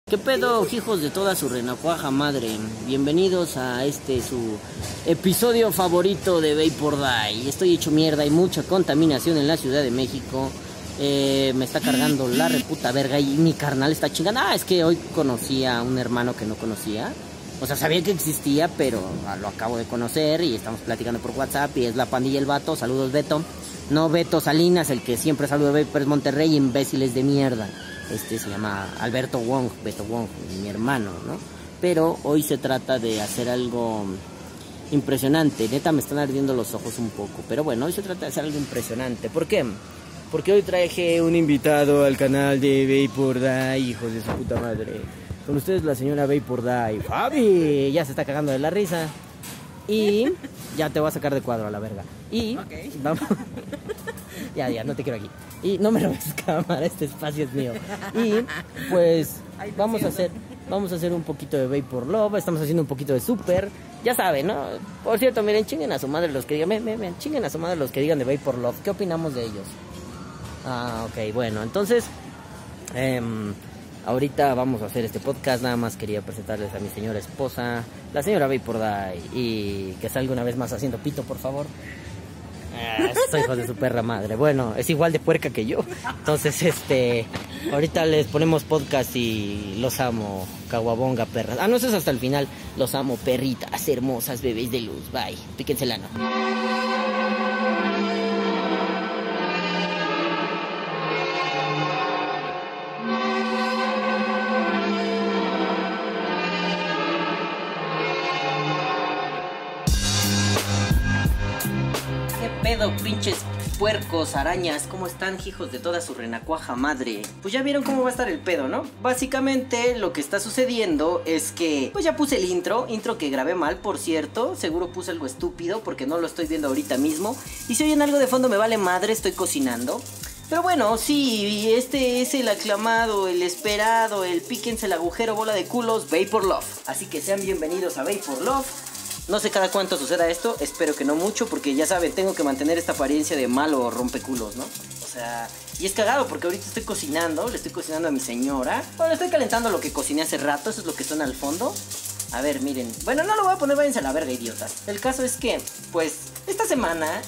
¿Qué pedo, hijos de toda su renacuaja madre? Bienvenidos a su episodio favorito de Vapor Die. Estoy hecho mierda, hay mucha contaminación en la Ciudad de México. Me está cargando la reputa verga y mi carnal está chingando. Es que hoy conocí a un hermano que no conocía. O sea, sabía que existía, pero lo acabo de conocer y estamos platicando por WhatsApp. Y es la pandilla El Vato. Saludos, Beto. No Beto Salinas, el que siempre saluda a Vapers Monterrey, imbéciles de mierda. Se llama Alberto Wong, Beto Wong, mi hermano, ¿no? Pero hoy se trata de hacer algo impresionante. Neta, me están ardiendo los ojos un poco. Pero bueno, hoy se trata de hacer algo impresionante. ¿Por qué? Porque hoy traje un invitado al canal de Vapor Die, hijos de su puta madre. Con ustedes la señora Vapor Die. ¡Fabi! Ya se está cagando de la risa. Y ya te voy a sacar de cuadro a la verga. Y okay. Vamos. Ya, no te quiero aquí. Y no me robes cámara, este espacio es mío. Y pues vamos a hacer un poquito de Vapor Love. Estamos haciendo un poquito de Super. Ya saben, ¿no? Por cierto, miren, chinguen a su madre los que digan. Chinguen a su madre los que digan de Vapor Love. ¿Qué opinamos de ellos? Ok, bueno, entonces ahorita vamos a hacer este podcast. Nada más quería presentarles a mi señora esposa, la señora Vapor Die. Y que salga una vez más haciendo pito, por favor. Soy hijo de su perra madre. Bueno, es igual de puerca que yo. Entonces, ahorita les ponemos podcast y los amo, caguabonga, perras. No, eso es hasta el final. Los amo, perritas, hermosas, bebés de luz. Bye, píquense el ano. Pedo, pinches puercos, arañas, ¿cómo están, hijos de toda su renacuaja madre? Pues ya vieron cómo va a estar el pedo, ¿no? Básicamente lo que está sucediendo es que pues ya puse el intro que grabé mal, por cierto. Seguro puse algo estúpido porque no lo estoy viendo ahorita mismo. Y si oyen algo de fondo me vale madre, estoy cocinando. Pero bueno, sí, este es el aclamado, el esperado, el píquense el agujero, bola de culos, Vapor Love. Así que sean bienvenidos a Vapor Love. No sé cada cuánto suceda esto, espero que no mucho, porque ya saben, tengo que mantener esta apariencia de malo rompeculos, ¿no? O sea, y es cagado porque ahorita estoy cocinando, le estoy cocinando a mi señora. Bueno, estoy calentando lo que cociné hace rato, eso es lo que suena al fondo. A ver, miren, bueno, no lo voy a poner, váyanse a la verga, idiotas. El caso es que, pues, esta semana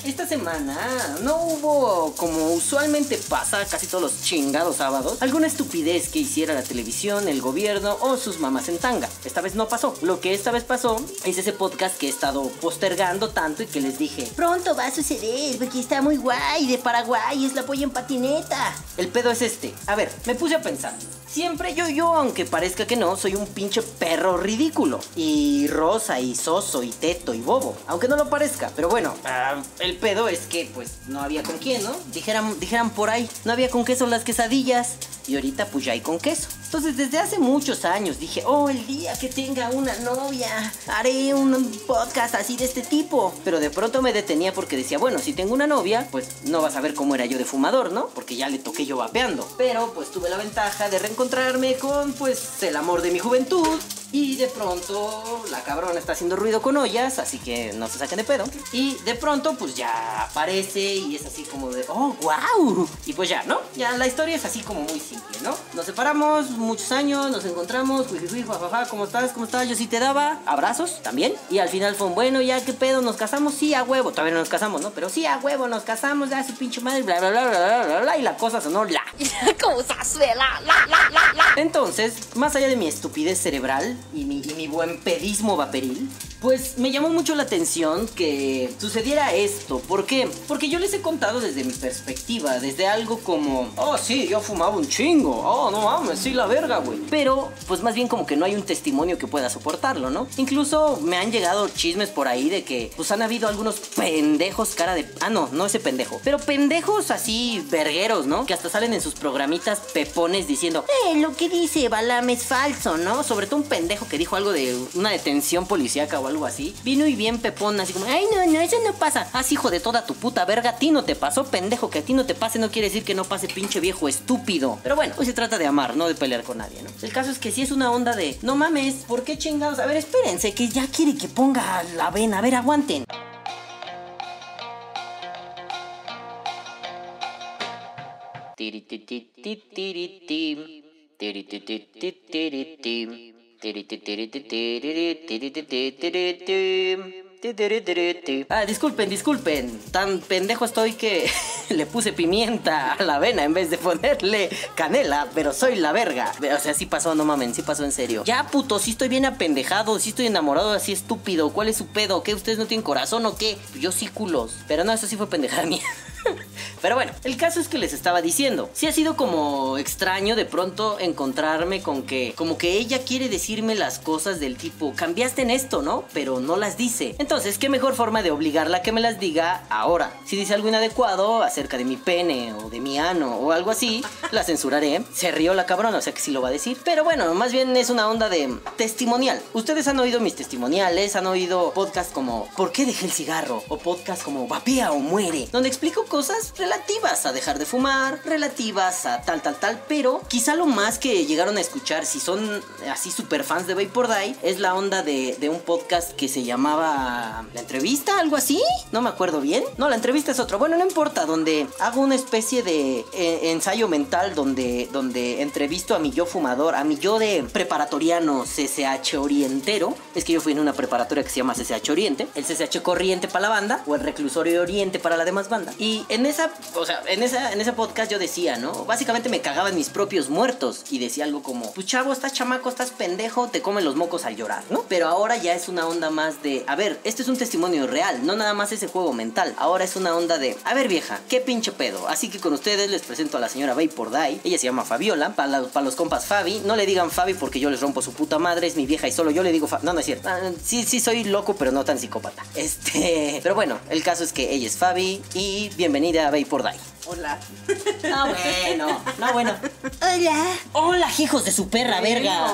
no hubo, como usualmente pasa casi todos los chingados sábados, alguna estupidez que hiciera la televisión, el gobierno o sus mamás en tanga. Esta vez no pasó. Lo que esta vez pasó es ese podcast que he estado postergando tanto y que les dije, pronto va a suceder porque está muy guay, de Paraguay, es la polla en patineta. El pedo es a ver, me puse a pensar. Siempre yo, aunque parezca que no, soy un pinche perro ridículo. Y rosa, y soso, y teto, y bobo. Aunque no lo parezca. Pero bueno, el pedo es que pues no había con quién, ¿no? Dijeran por ahí, no había con queso las quesadillas. Y ahorita pues ya hay con queso. Entonces desde hace muchos años dije, el día que tenga una novia, haré un podcast así de este tipo. Pero de pronto me detenía porque decía, bueno, si tengo una novia, pues no vas a ver cómo era yo de fumador, ¿no? Porque ya le toqué yo vapeando. Pero pues tuve la ventaja de reencontrarme con pues el amor de mi juventud. Y de pronto la cabrona está haciendo ruido con ollas, así que no se saquen de pedo. Y de pronto pues ya aparece y es así como de, wow. Y pues ya, ¿no? Ya la historia es así como muy simple, ¿no? Nos separamos muchos años, nos encontramos, jajaja, ¿cómo estás? ¿Cómo estás? Yo sí te daba abrazos también. Y al final fue un bueno, ya qué pedo, nos casamos, sí, a huevo. Todavía no nos casamos, ¿no? Pero sí, a huevo, nos casamos, ya su pinche madre, bla, bla, bla, bla, bla, bla, bla. Y la cosa sonó la. Cosa suena, la. Entonces, más allá de mi estupidez cerebral y mi buen pedismo vaporil, pues me llamó mucho la atención que sucediera esto. ¿Por qué? Porque yo les he contado desde mi perspectiva, desde algo como, sí, yo fumaba un chingo, no mames, sí, la verga, güey. Pero, pues más bien como que no hay un testimonio que pueda soportarlo, ¿no? Incluso me han llegado chismes por ahí de que, pues han habido algunos pendejos cara de... no ese pendejo, pero pendejos así, vergueros, ¿no? Que hasta salen en sus programitas pepones diciendo, lo que dice Balam es falso, ¿no? Sobre todo un pendejo que dijo algo de una detención policíaca o algo así. Vino y bien pepón, así como, no, eso no pasa. Hijo de toda tu puta verga, a ti no te pasó, pendejo. Que a ti no te pase no quiere decir que no pase, pinche viejo estúpido. Pero bueno, hoy se trata de amar, no de pelear con nadie, ¿no? El caso es que sí es una onda de, no mames, ¿por qué chingados? A ver, espérense, que ya quiere que ponga la vena. A ver, aguanten. Disculpen, tan pendejo estoy que le puse pimienta a la avena en vez de ponerle canela, pero soy la verga. O sea, sí pasó, no mamen, sí pasó en serio. Ya, puto, sí estoy bien apendejado, sí estoy enamorado así estúpido. ¿Cuál es su pedo? ¿Qué? ¿Ustedes no tienen corazón o qué? Yo sí, culos. Pero no, eso sí fue pendejada mía. Pero bueno, el caso es que les estaba diciendo, sí ha sido como extraño de pronto encontrarme con que como que ella quiere decirme las cosas del tipo, cambiaste en esto, ¿no? Pero no las dice. Entonces, ¿qué mejor forma de obligarla a que me las diga ahora? Si dice algo inadecuado acerca de mi pene o de mi ano o algo así, la censuraré. Se rió la cabrona, o sea que sí lo va a decir. Pero bueno, más bien es una onda de testimonial. Ustedes han oído mis testimoniales, han oído podcasts como ¿por qué dejé el cigarro? O podcasts como Vapea o muere, donde explico cosas relativas a dejar de fumar, relativas a tal, pero quizá lo más que llegaron a escuchar, si son así super fans de Vapor Die, es la onda de un podcast que se llamaba La Entrevista, algo así, no me acuerdo bien. No, La Entrevista es otro, bueno, no importa, donde hago una especie de ensayo mental donde entrevisto a mi yo fumador, a mi yo de preparatoriano CCH orientero. Es que yo fui en una preparatoria que se llama CCH Oriente, el CCH Corriente para la banda o el Reclusorio Oriente para la demás banda. Y en ese podcast yo decía, ¿no? Básicamente me cagaba en mis propios muertos y decía algo como, pues chavo, estás chamaco, estás pendejo, te comen los mocos al llorar, ¿no? Pero ahora ya es una onda más de, a ver, este es un testimonio real, no nada más ese juego mental. Ahora es una onda de, a ver vieja, qué pinche pedo. Así que con ustedes les presento a la señora Vapor Die. Ella se llama Fabiola, para los compas Fabi. No le digan Fabi porque yo les rompo su puta madre, es mi vieja y solo yo le digo Fabi. No, no es cierto. Sí soy loco, pero no tan psicópata. Pero bueno, el caso es que ella es Fabi y bienvenida a Vapor Die. Hola. No, bueno. Hola, hijos de su perra verga.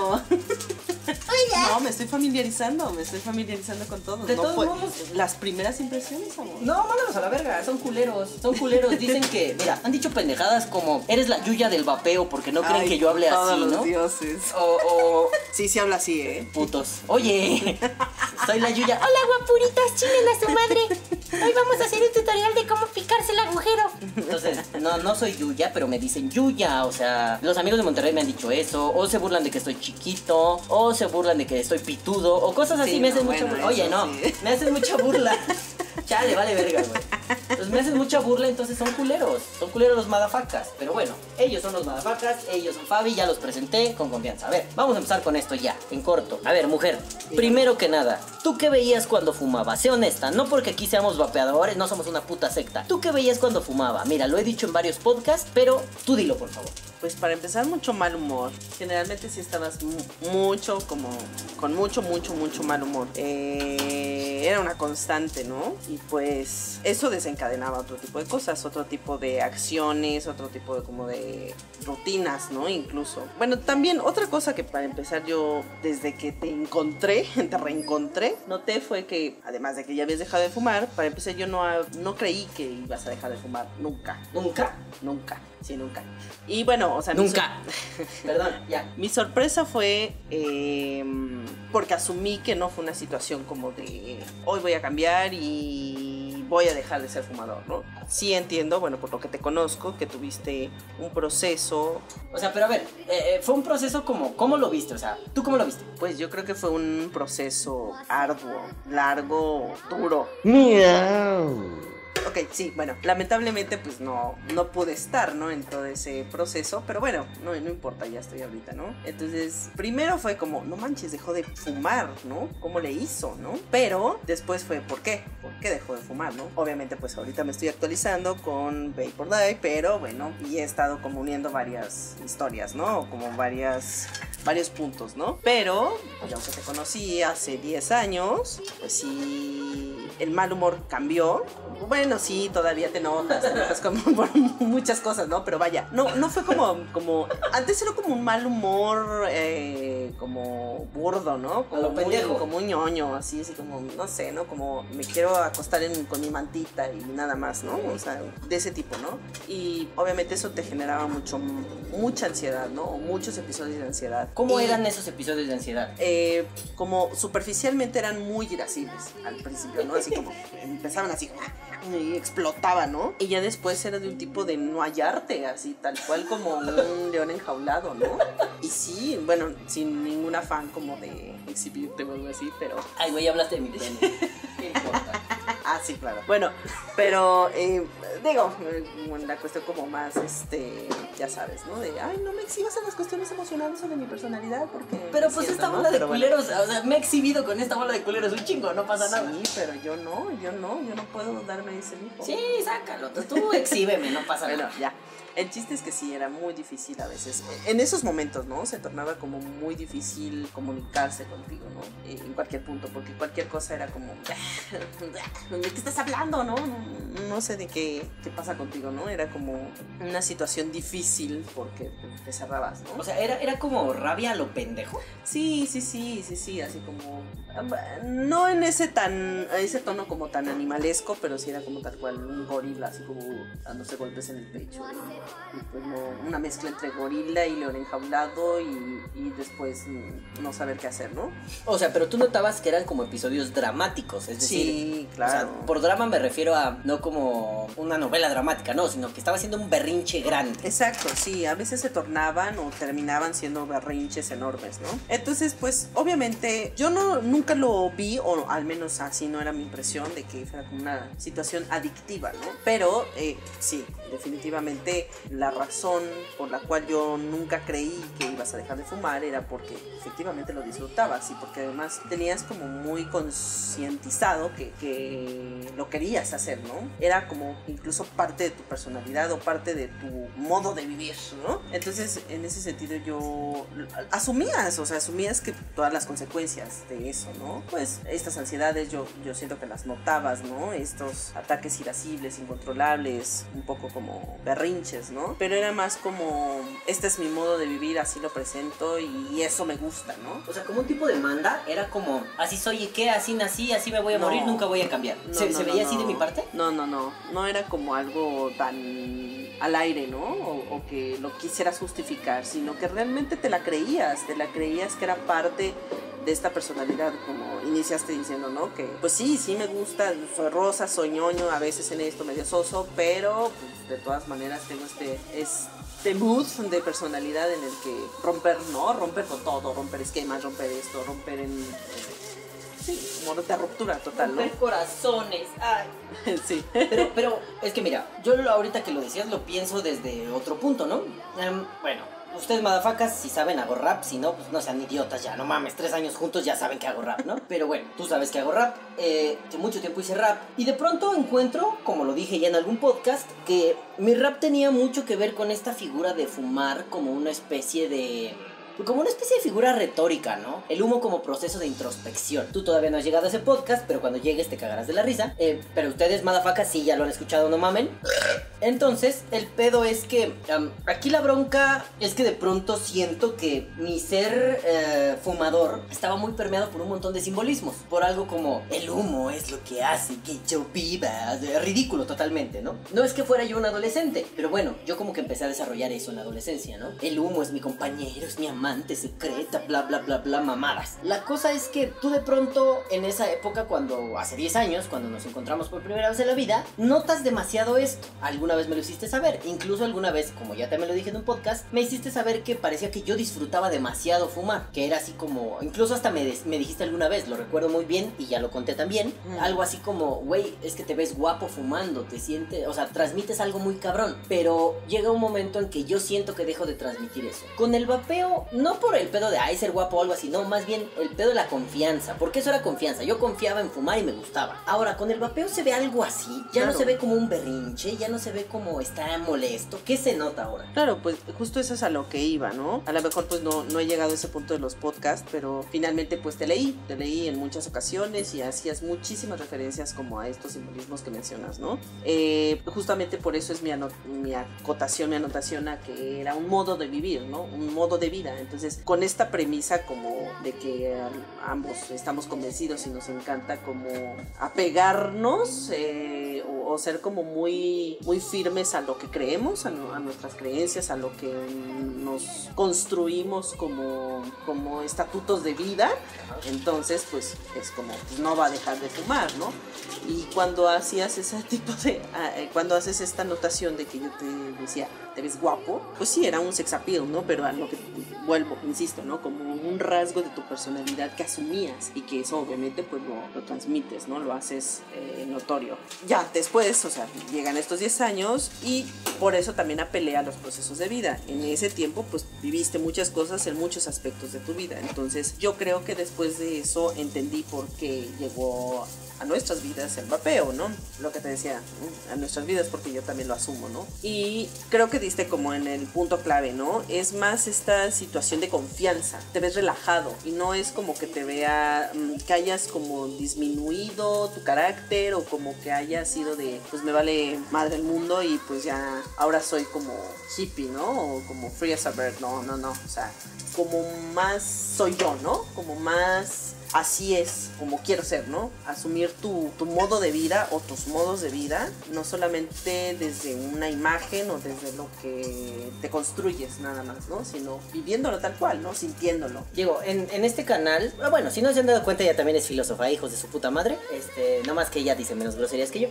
Hola. No, me estoy familiarizando con todo. De todos modos, las primeras impresiones, amor. No, mándalos a la verga, son culeros. Dicen que, mira, han dicho pendejadas como, eres la Yuya del vapeo porque no creen que yo hable todos así, los ¿no? dioses. Sí habla así, ¿eh? Putos. Oye, soy la Yuya. Hola, guapuritas, chilen a su madre. Hoy vamos a hacer un tutorial de cómo picarse el agujero. Entonces, no soy Yuya, pero me dicen Yuya. O sea, los amigos de Monterrey me han dicho eso. O se burlan de que estoy chiquito. O se burlan de que estoy pitudo. O cosas así, sí, me hacen mucha burla. Oye, no, sí. me hacen mucha burla. Chale, vale verga, güey. Entonces me hacen mucha burla, entonces son culeros. Son culeros los madafacas. Pero bueno, ellos son los madafacas, ellos son Fabi, ya los presenté con confianza. A ver, vamos a empezar con esto ya, en corto. A ver, mujer, primero que nada, ¿tú qué veías cuando fumaba? Sé honesta, no porque aquí seamos vapeadores, no somos una puta secta. ¿Tú qué veías cuando fumaba? Mira, lo he dicho en varios podcasts, pero tú dilo, por favor. Pues para empezar, mucho mal humor. Generalmente sí estabas mucho, como con mucho mal humor. Era una constante, ¿no? Y pues eso desencadenaba otro tipo de cosas, otro tipo de acciones, otro tipo de como de rutinas, ¿no? Incluso. Bueno, también otra cosa que para empezar yo, desde que te reencontré, noté fue que, además de que ya habías dejado de fumar, para empezar yo no creí que ibas a dejar de fumar. Nunca. ¿Nunca? Nunca. Sí, nunca. Y bueno, o sea... Nunca. Perdón, ya. Mi sorpresa fue porque asumí que no fue una situación como de hoy voy a cambiar y voy a dejar de ser fumador, ¿no? Sí entiendo, bueno, por lo que te conozco, que tuviste un proceso. O sea, pero a ver, fue un proceso como, ¿cómo lo viste? O sea, ¿tú cómo lo viste? Pues yo creo que fue un proceso arduo, largo, duro. Miau. Ok, sí, bueno, lamentablemente pues no pude estar, ¿no? En todo ese proceso, pero bueno, no importa, ya estoy ahorita, ¿no? Entonces, primero fue como, no manches, dejó de fumar, ¿no? ¿Cómo le hizo, no? Pero después fue, ¿por qué? ¿Por qué dejó de fumar, no? Obviamente pues ahorita me estoy actualizando con Vapor Die, pero bueno, y he estado como uniendo varias historias, ¿no? Como varios puntos, ¿no? Pero, yo que te conocí hace 10 años, pues sí, el mal humor cambió. Bueno, sí, todavía te enojas como por muchas cosas, ¿no? Pero vaya, no fue como antes era como un mal humor, como burdo, ¿no? Como lo pendejo. Como un ñoño, así como, no sé, ¿no? Como me quiero acostar con mi mantita y nada más, ¿no? O sea, de ese tipo, ¿no? Y obviamente eso te generaba mucha ansiedad, ¿no? O muchos episodios de ansiedad. ¿Cómo eran esos episodios de ansiedad? Como superficialmente eran muy irascibles al principio, ¿no? Así como empezaban así, y explotaba, ¿no? Y ya después era de un tipo de no hallarte, así tal cual como un león enjaulado, ¿no? Y sí, bueno, sin ningún afán como de exhibirte o algo así, pero... Ay, güey, hablaste de mi pene. ¿Qué importa? Ah, sí, claro. Bueno, pero digo, la cuestión como más, ya sabes, ¿no? De, ay, no me exhibas en las cuestiones emocionales sobre mi personalidad, porque... Pero pues siento, esta ¿no? bola de Pero culeros, o sea, me he exhibido con esta bola de culeros un chingo, no pasa nada. Sí, pero yo no puedo darme ese lujo. Sí, sácalo, tú exhíbeme, no pasa Bueno, nada. ya. El chiste es que sí, era muy difícil a veces. En esos momentos, ¿no? Se tornaba como muy difícil comunicarse contigo, ¿no? En cualquier punto, porque cualquier cosa era como... ¿De qué estás hablando, no? No sé de qué pasa contigo, ¿no? Era como una situación difícil porque te cerrabas, ¿no? O sea, era como rabia a lo pendejo. Sí, así como... No en ese tono como tan animalesco, pero sí era como tal cual un gorila, así como dándose golpes en el pecho. Y pues una mezcla entre gorila y león enjaulado y después no saber qué hacer, ¿no? O sea, pero tú notabas que eran como episodios dramáticos, es decir... Sí, claro. O sea, por drama me refiero a no como una novela dramática, no, sino que estaba siendo un berrinche grande. Exacto, sí, a veces se tornaban o terminaban siendo berrinches enormes, ¿no? Entonces, pues, obviamente, yo nunca lo vi, o al menos así no era mi impresión, de que fuera como una situación adictiva, ¿no? Pero, sí, definitivamente la razón por la cual yo nunca creí que ibas a dejar de fumar era porque efectivamente lo disfrutabas y porque además tenías como muy concientizado que lo querías hacer, ¿no? Era como incluso parte de tu personalidad o parte de tu modo de vivir, ¿no? Entonces, en ese sentido yo asumías que todas las consecuencias de eso, ¿no? Pues estas ansiedades yo siento que las notabas, ¿no? Estos ataques irascibles, incontrolables, un poco como berrinches, ¿no? Pero era más como, este es mi modo de vivir, así lo presento y eso me gusta, ¿no? O sea, como un tipo de manda, era como, así soy y qué, así nací, así me voy a morir, nunca voy a cambiar. ¿Se veía así de mi parte? No era como algo tan al aire, ¿no? O que lo quisieras justificar, sino que realmente te la creías que era parte de esta personalidad, como iniciaste diciendo, ¿no? Que pues sí me gusta, soy rosa, soy ñoño, a veces en esto medio soso, pero pues, de todas maneras tengo este mood de personalidad en el que romper con todo, romper esquemas, romper esto, romper en... Sí, como de ruptura total, ¿no? Romper corazones, ay. Sí. Pero es que mira, yo ahorita que lo decías lo pienso desde otro punto, ¿no? Bueno, ustedes, madafacas, si saben hago rap, si no, pues no sean idiotas ya, no mames, 3 años juntos ya saben que hago rap, ¿no? Pero bueno, tú sabes que hago rap, que mucho tiempo hice rap, y de pronto encuentro, como lo dije ya en algún podcast, que mi rap tenía mucho que ver con esta figura de fumar como una especie de figura retórica, ¿no? El humo como proceso de introspección. Tú todavía no has llegado a ese podcast, pero cuando llegues te cagarás de la risa. Pero ustedes, madafacas, sí ya lo han escuchado, no mamen. Entonces, el pedo es que aquí la bronca es que de pronto siento que mi ser fumador estaba muy permeado por un montón de simbolismos. Por algo como, el humo es lo que hace que yo viva. Ridículo totalmente, ¿no? No es que fuera yo un adolescente, pero bueno, yo como que empecé a desarrollar eso en la adolescencia, ¿no? El humo es mi compañero, es mi amante secreta, bla, bla, bla, bla, mamadas. La cosa es que tú de pronto, en esa época, hace 10 años, cuando nos encontramos por primera vez en la vida, notas demasiado esto. Alguna vez me lo hiciste saber, incluso alguna vez, como ya también lo dije en un podcast, me hiciste saber que parecía que yo disfrutaba demasiado fumar, que era así como, incluso hasta me dijiste alguna vez, lo recuerdo muy bien y ya lo conté también, algo así como, güey, es que te ves guapo fumando, te sientes, o sea, transmites algo muy cabrón, pero llega un momento en que yo siento que dejo de transmitir eso. Con el vapeo, no por el pedo de ser guapo o algo así, no, más bien el pedo de la confianza, porque eso era confianza, yo confiaba en fumar y me gustaba. Ahora, con el vapeo se ve algo así, ya claro. No se ve como un berrinche, ya no se ve como está molesto. ¿Qué se nota ahora? Claro, pues justo eso es a lo que iba, ¿no? A lo mejor pues no he llegado a ese punto de los podcasts, pero finalmente pues te leí en muchas ocasiones y hacías muchísimas referencias como a estos simbolismos que mencionas, ¿no? Justamente por eso es mi acotación, mi anotación a que era un modo de vivir, ¿no? Un modo de vida Entonces, con esta premisa como de que ambos estamos convencidos y nos encanta como apegarnos o ser como muy, muy firmes a lo que creemos, a nuestras creencias, a lo que nos construimos como estatutos de vida, entonces pues es como, pues no va a dejar de fumar, ¿no? Y cuando hacías ese tipo de, cuando haces esta anotación de que yo te decía, te ves guapo, pues sí, era un sex appeal, ¿no? Pero a lo que vuelvo, insisto, ¿no? Como un rasgo de tu personalidad que asumías y que eso obviamente pues lo transmites, ¿no? Lo haces notorio. Ya, después, o sea, llegan estos 10 años y por eso también apelé a los procesos de vida. En ese tiempo pues viviste muchas cosas en muchos aspectos de tu vida. Entonces yo creo que después de eso entendí por qué llegó a nuestras vidas el vapeo, ¿no? Lo que te decía, ¿no? A nuestras vidas, porque yo también lo asumo, ¿no? Y creo que diste como en el punto clave, ¿no? Es más esta situación de confianza, te ves relajado y no es como que te vea, que hayas como disminuido tu carácter o como que hayas sido de, pues me vale madre el mundo y pues ya ahora soy como hippie, ¿no? O como free as a bird, no, o sea, como más soy yo, ¿no? Como más así es como quiero ser, ¿no? Asumir tu modo de vida o tus modos de vida, no solamente desde una imagen o desde lo que te construyes nada más, ¿no? Sino viviéndolo tal cual, ¿no? Sintiéndolo. Diego, en este canal, bueno, si no se han dado cuenta, ella también es filósofa, hijos de su puta madre. No más que ella dice menos groserías que yo.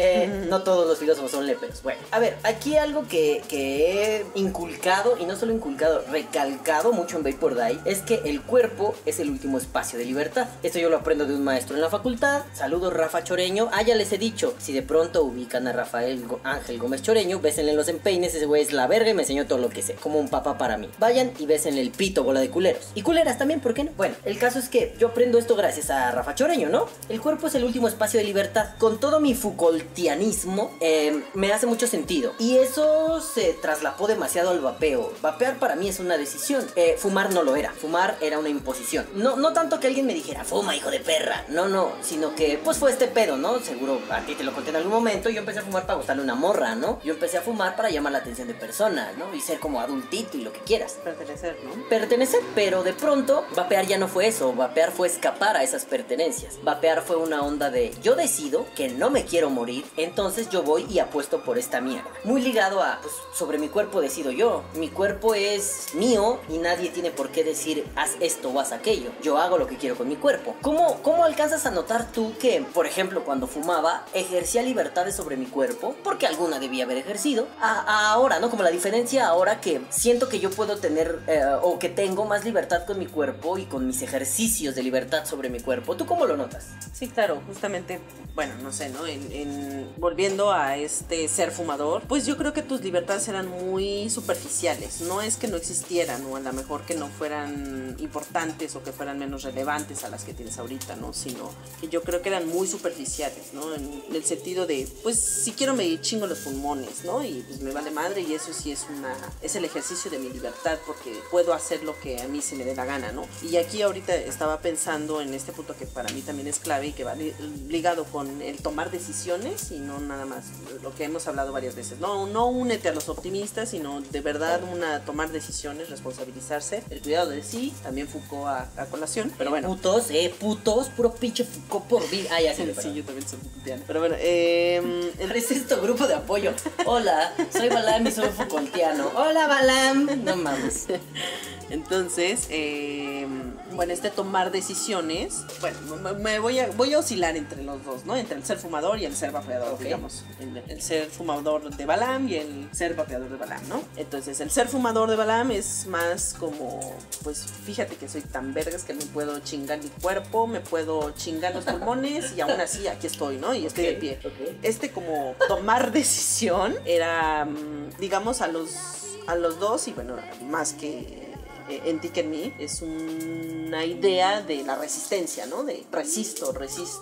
No todos los filósofos son léperos. Bueno, a ver, aquí algo que he inculcado, y no solo inculcado, recalcado mucho en Vapor Die, es que el cuerpo es el último espacio de libertad. Esto yo lo aprendo de un maestro en la facultad. Saludos, Rafa Choreño. Ya les he dicho, si de pronto ubican a Rafael Ángel Gómez Choreño, bésenle en los empeines, ese güey es la verga y me enseñó todo lo que sé, como un papá para mí. Vayan y bésenle el pito, bola de culeros. Y culeras también, ¿por qué no? Bueno, el caso es que yo aprendo esto gracias a Rafa Choreño, ¿no? El cuerpo es el último espacio de libertad. Con todo mi Foucaultianismo, me hace mucho sentido. Y eso se traslapó demasiado al vapeo. Vapear para mí es una decisión. Fumar no lo era. Fumar era una imposición. No tanto que alguien me dijera, fuma, hijo de perra. No, sino que pues fue este pedo, ¿no? Seguro a ti te lo conté en algún momento. Yo empecé a fumar para gustarle una morra, ¿no? Yo empecé a fumar para llamar la atención de personas, ¿no? Y ser como adultito y lo que quieras. Pertenecer, ¿no? Pertenecer, pero de pronto vapear ya no fue eso. Vapear fue escapar a esas pertenencias. Vapear fue una onda de yo decido que no me quiero morir, entonces yo voy y apuesto por esta mierda. Muy ligado a, pues, sobre mi cuerpo decido yo. Mi cuerpo es mío y nadie tiene por qué decir haz esto o haz aquello. Yo hago lo que quiero con mi cuerpo. ¿Cómo alcanzas a notar tú que, por ejemplo, cuando fumaba, ejercía libertades sobre mi cuerpo? Porque alguna debía haber ejercido. Ahora, ¿no? Como la diferencia ahora que siento que yo puedo tener o que tengo más libertad con mi cuerpo y con mis ejercicios de libertad sobre mi cuerpo. ¿Tú cómo lo notas? Sí, claro, justamente, bueno, no sé, ¿no? Volviendo a este ser fumador, pues yo creo que tus libertades eran muy superficiales. No es que no existieran o a lo mejor que no fueran importantes o que fueran menos relevantes a las que tienes ahorita, ¿no? Sino que yo creo que eran muy superficiales, ¿no? En el sentido de, pues si quiero me chingo los pulmones, ¿no? Y pues me vale madre y eso sí es el ejercicio de mi libertad porque puedo hacer lo que a mí se me dé la gana, ¿no? Y aquí ahorita estaba pensando en este punto que para mí también es clave y que va ligado con el tomar decisiones y no nada más lo que hemos hablado varias veces, no únete a los optimistas, sino de verdad tomar decisiones, responsabilizarse, el cuidado de sí, también Foucault a colación, pero bueno. Putos, puro pinche Foucault por vida. Ya sé. Sí, yo también soy Foucaultiano. Pero bueno, es esto grupo de apoyo. Hola, soy Balam y soy Foucaultiano. Hola, Balam. No mames. Entonces, bueno, tomar decisiones, bueno, voy a oscilar entre los dos, ¿no? Entre el ser fumador y el ser vapeador, okay. Digamos. El ser fumador de Balam y el ser vapeador de Balam, ¿no? Entonces, el ser fumador de Balam es más como, pues, fíjate que soy tan vergas que me puedo chingar mi cuerpo, me puedo chingar los pulmones y aún así aquí estoy, ¿no? Y estoy de pie. Okay. Como tomar decisión era, digamos, a los dos y bueno, más que en ti que en mí, es una idea de la resistencia, ¿no? De resisto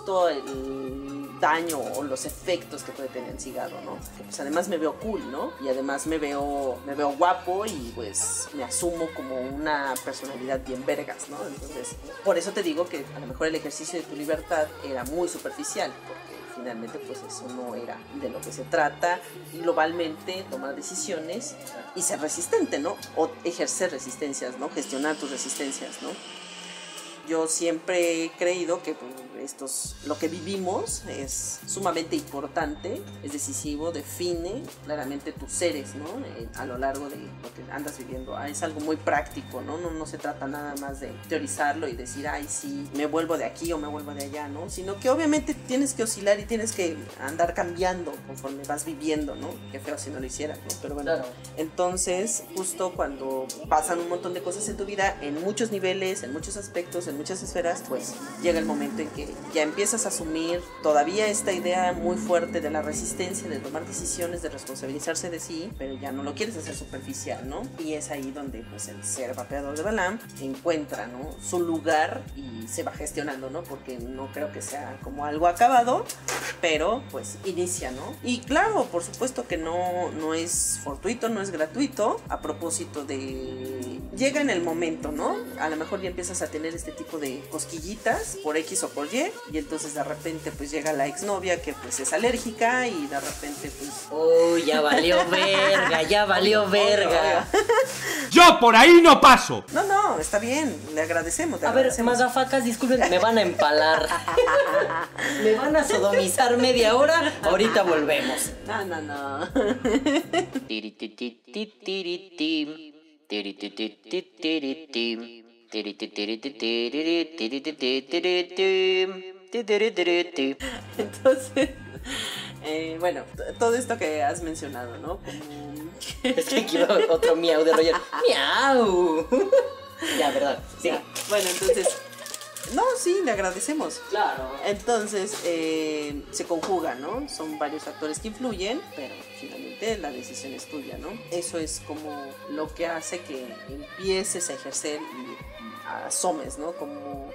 el daño o los efectos que puede tener el cigarro, ¿no? Que pues además me veo cool, ¿no? Y además me veo guapo y pues me asumo como una personalidad bien vergas, ¿no? Entonces, por eso te digo que a lo mejor el ejercicio de tu libertad era muy superficial, porque finalmente pues eso no era de lo que se trata. Globalmente tomar decisiones y ser resistente, ¿no? O ejercer resistencias, ¿no? Gestionar tus resistencias, ¿no? Yo siempre he creído que pues, lo que vivimos es sumamente importante, es decisivo, define claramente tus seres, ¿no? A lo largo de lo que andas viviendo. Es algo muy práctico, ¿no? No se trata nada más de teorizarlo y decir, ay, sí, me vuelvo de aquí o me vuelvo de allá, ¿no? Sino que obviamente tienes que oscilar y tienes que andar cambiando conforme vas viviendo, ¿no? Qué feo si no lo hicieras, ¿no? Pero bueno, claro. Entonces, justo cuando pasan un montón de cosas en tu vida, en muchos niveles, en muchos aspectos, en muchas esferas, pues llega el momento en que ya empiezas a asumir todavía esta idea muy fuerte de la resistencia, de tomar decisiones, de responsabilizarse de sí, pero ya no lo quieres hacer superficial, ¿no? Y es ahí donde pues el ser vapeador de Balam encuentra, ¿no? Su lugar y se va gestionando, ¿no? Porque no creo que sea como algo acabado, pero pues inicia, ¿no? Y claro, por supuesto que no es fortuito, no es gratuito, a propósito de... Llega en el momento, ¿no? A lo mejor ya empiezas a tener este tipo de cosquillitas por X o por Y entonces de repente pues llega la exnovia que pues es alérgica y de repente pues... Uy, ya valió verga, ya valió verga. ¡Yo por ahí no paso! No, está bien, le agradecemos. A ver, madafacas, disculpen, me van a empalar. Me van a sodomizar media hora, ahorita volvemos. No. Entonces, bueno, todo esto que has mencionado, ¿no? Como... Es que quiero otro miau de Roger. ¡Miau! Ya, verdad, sí. Bueno, entonces... No, sí, le agradecemos. Claro. Entonces, se conjuga, ¿no? Son varios factores que influyen, pero finalmente la decisión es tuya, ¿no? Eso es como lo que hace que empieces a ejercer y asomes, ¿no? Como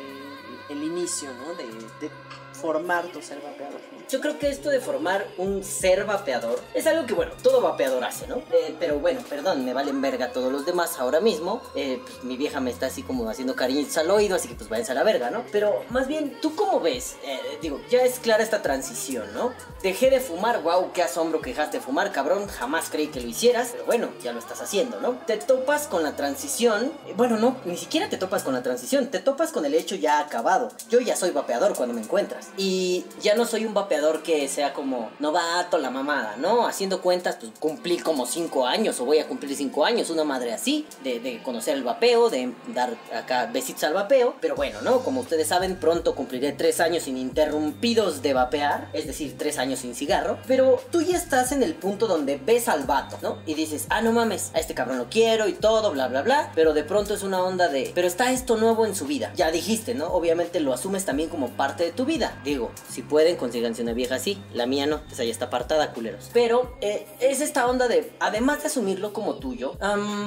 el inicio, ¿no? De formar tu ser vapeador, ¿no? Yo creo que esto de formar un ser vapeador es algo que, bueno, todo vapeador hace, ¿no? Pero bueno, perdón, me valen verga todos los demás ahora mismo. Pues, mi vieja me está así como haciendo cariñitos al oído, así que pues váyanse a la verga, ¿no? Pero más bien, ¿tú cómo ves? Digo, ya es clara esta transición, ¿no? Dejé de fumar, wow, qué asombro que dejaste de fumar, cabrón, jamás creí que lo hicieras, pero bueno, ya lo estás haciendo, ¿no? Te topas con la transición, bueno, no, ni siquiera te topas con la transición, te topas con el hecho ya acabado. Yo ya soy vapeador cuando me encuentras. Y ya no soy un vapeador que sea como novato, la mamada, ¿no? Haciendo cuentas, pues cumplí como 5 años o voy a cumplir 5 años, una madre así, de conocer el vapeo, de dar acá besitos al vapeo. Pero bueno, ¿no? Como ustedes saben, pronto cumpliré 3 años ininterrumpidos de vapear, es decir, 3 años sin cigarro. Pero tú ya estás en el punto donde ves al vato, ¿no? Y dices, ah, no mames, a este cabrón lo quiero y todo, bla, bla, bla. Pero de pronto es una onda de, pero está esto nuevo en su vida. Ya dijiste, ¿no? Obviamente lo asumes también como parte de tu vida. Digo, si pueden, consíganse una vieja así. La mía no, pues ahí está apartada, culeros. Pero es esta onda de, además de asumirlo como tuyo,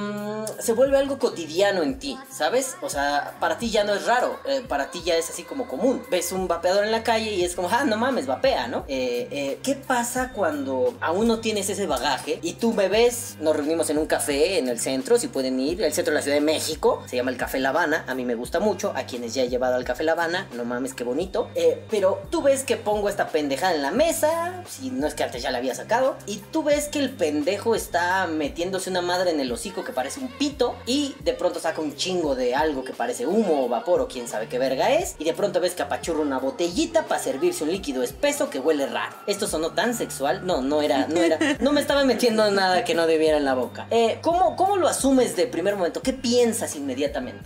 se vuelve algo cotidiano en ti, ¿sabes? O sea, para ti ya no es raro, para ti ya es así como común. Ves un vapeador en la calle y es como, ah, no mames, vapea, ¿no? ¿Qué pasa cuando aún no tienes ese bagaje y tú me ves? Nos reunimos en un café en el centro, si pueden ir, el centro de la Ciudad de México, se llama el Café La Habana, a mí me gusta mucho, a quienes ya he llevado al Café La Habana, no mames, qué bonito. Pero tú ves que pongo esta pendejada en la mesa, si no es que antes ya la había sacado, y tú ves que el pendejo está metiéndose una madre en el hocico que parece un pito, y de pronto saca un chingo de algo que parece humo o vapor o quién sabe qué verga es, y de pronto ves que apachurra una botellita para servirse un líquido espeso que huele raro. Esto sonó tan sexual, no me estaba metiendo nada que no debiera en la boca. ¿Cómo lo asumes de primer momento? ¿Qué piensas inmediatamente?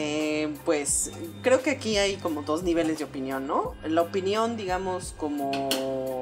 Pues creo que aquí hay como 2 niveles de opinión, ¿no? La opinión, digamos, como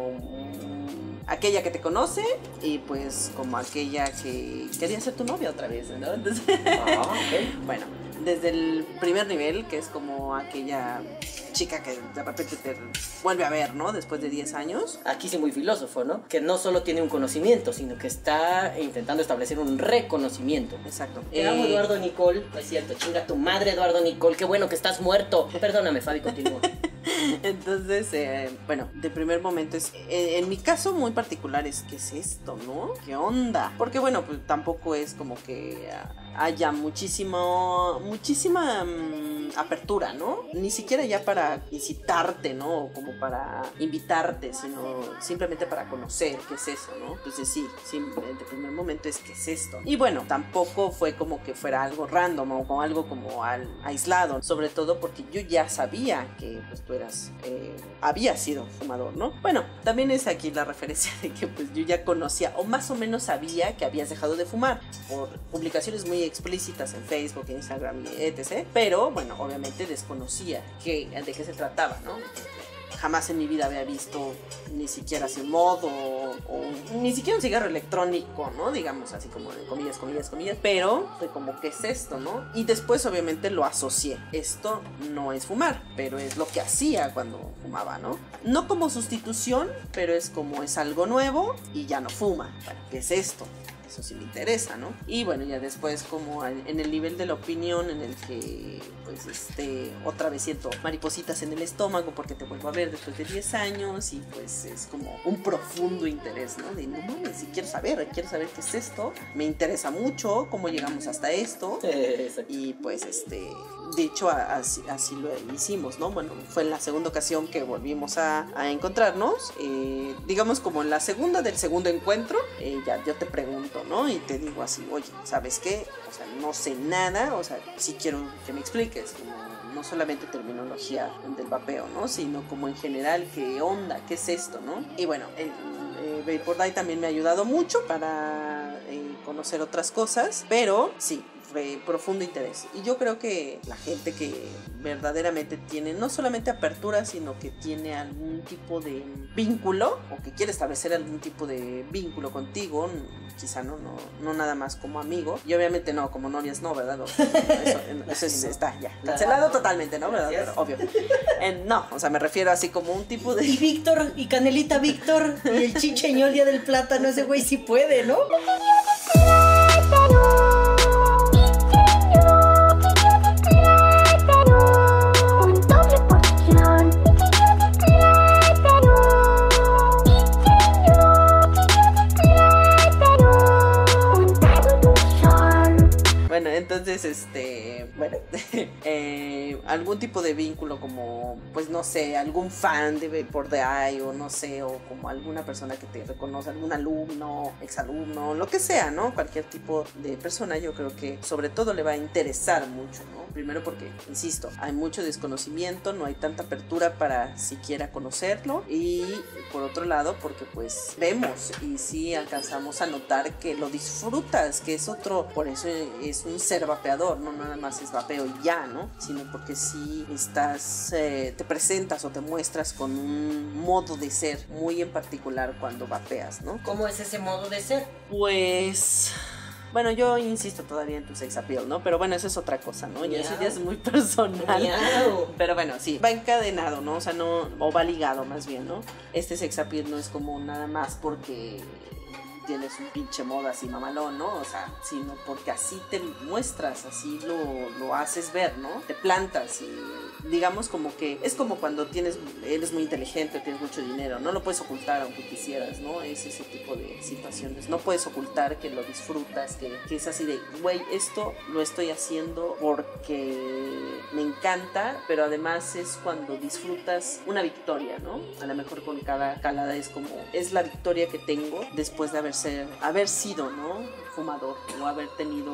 aquella que te conoce y pues como aquella que quería ser tu novia otra vez, ¿no? Entonces, okay. Bueno, desde el primer nivel, que es como aquella chica que de repente te vuelve a ver, ¿no? Después de 10 años. Aquí sí muy filósofo, ¿no? Que no solo tiene un conocimiento, sino que está intentando establecer un reconocimiento. Exacto. Te amo, Eduardo Nicol. No es cierto, chinga tu madre, Eduardo Nicol. Qué bueno que estás muerto. Perdóname, Fabi, continúa. Entonces, bueno, de primer momento es, en mi caso muy particular es, ¿qué es esto, no? ¿Qué onda? Porque bueno, pues tampoco es como que haya muchísima apertura, ¿no? Ni siquiera ya para incitarte, ¿no? O como para invitarte, sino simplemente para conocer qué es eso, ¿no? Entonces sí, el primer momento es qué es esto. Y bueno, tampoco fue como que fuera algo random o como algo como aislado, sobre todo porque yo ya sabía que pues tú habías sido fumador, ¿no? Bueno, también es aquí la referencia de que pues yo ya conocía o más o menos sabía que habías dejado de fumar por publicaciones muy explícitas en Facebook, Instagram, etc. Pero bueno, obviamente desconocía de qué se trataba, ¿no? Jamás en mi vida había visto ni siquiera así modo o ni siquiera un cigarro electrónico, ¿no? Digamos así como en comillas, pero fue como, ¿qué es esto, no? Y después obviamente lo asocié. Esto no es fumar, pero es lo que hacía cuando fumaba, ¿no? No como sustitución, pero es como es algo nuevo y ya no fuma. Bueno, ¿qué es esto? Eso sí me interesa, ¿no? Y bueno, ya después como en el nivel de la opinión en el que pues otra vez siento maripositas en el estómago porque te vuelvo a ver después de 10 años y pues es como un profundo interés, ¿no? De no mames, quiero saber qué es esto, me interesa mucho cómo llegamos hasta esto. Y pues de hecho así lo hicimos, ¿no? Bueno, fue en la segunda ocasión que volvimos a encontrarnos, digamos como en la segunda del segundo encuentro, ya yo te pregunto, ¿no? Y te digo así, oye, ¿sabes qué? O sea, no sé nada, o sea, sí quiero que me expliques, como no solamente terminología del vapeo, ¿no? Sino como en general, ¿qué onda? ¿Qué es esto, no? Y bueno, Vapor Day también me ha ayudado mucho para conocer otras cosas, pero sí, profundo interés. Y yo creo que la gente que verdaderamente tiene no solamente apertura, sino que tiene algún tipo de vínculo o que quiere establecer algún tipo de vínculo contigo, quizá no nada más como amigo, y obviamente no, como novias no, ¿verdad? Eso está ya cancelado totalmente, ¿no? ¿Verdad? Pero obvio. No, o sea, me refiero así como un tipo de... Y Víctor, y Canelita Víctor, y el chicheñol día del plátano, ese güey sí puede, ¿no? Bueno, entonces, bueno, algún tipo de vínculo como, pues no sé, algún fan de Vapor Day o no sé, o como alguna persona que te reconoce, algún alumno, exalumno, lo que sea, ¿no? Cualquier tipo de persona yo creo que sobre todo le va a interesar mucho, ¿no? Primero porque, insisto, hay mucho desconocimiento, no hay tanta apertura para siquiera conocerlo, y por otro lado porque pues vemos y sí alcanzamos a notar que lo disfrutas, que es otro, por eso es un ser vapeador, no nada más es vapeo y ya, ¿no? Sino porque sí te presentas o te muestras con un modo de ser muy en particular cuando vapeas, ¿no? ¿Cómo es ese modo de ser? Pues... Bueno, yo insisto todavía en tu sex appeal, ¿no? Pero bueno, eso es otra cosa, ¿no? Ya eso ya es muy personal. Miau. Pero bueno, sí, va encadenado, ¿no? O sea, o va ligado más bien, ¿no? Este sex appeal no es como nada más porque tienes un pinche moda así mamalón, ¿no? O sea, sino porque así te muestras, así lo haces ver, ¿no? Te plantas y digamos como que es como cuando eres muy inteligente o tienes mucho dinero, no lo puedes ocultar aunque quisieras, ¿no? Es ese tipo de situaciones, no puedes ocultar que lo disfrutas, que es así de, güey, esto lo estoy haciendo porque me encanta, pero además es cuando disfrutas una victoria, ¿no? A lo mejor con cada calada es como, es la victoria que tengo después de haber sido, ¿no? Fumador, o haber tenido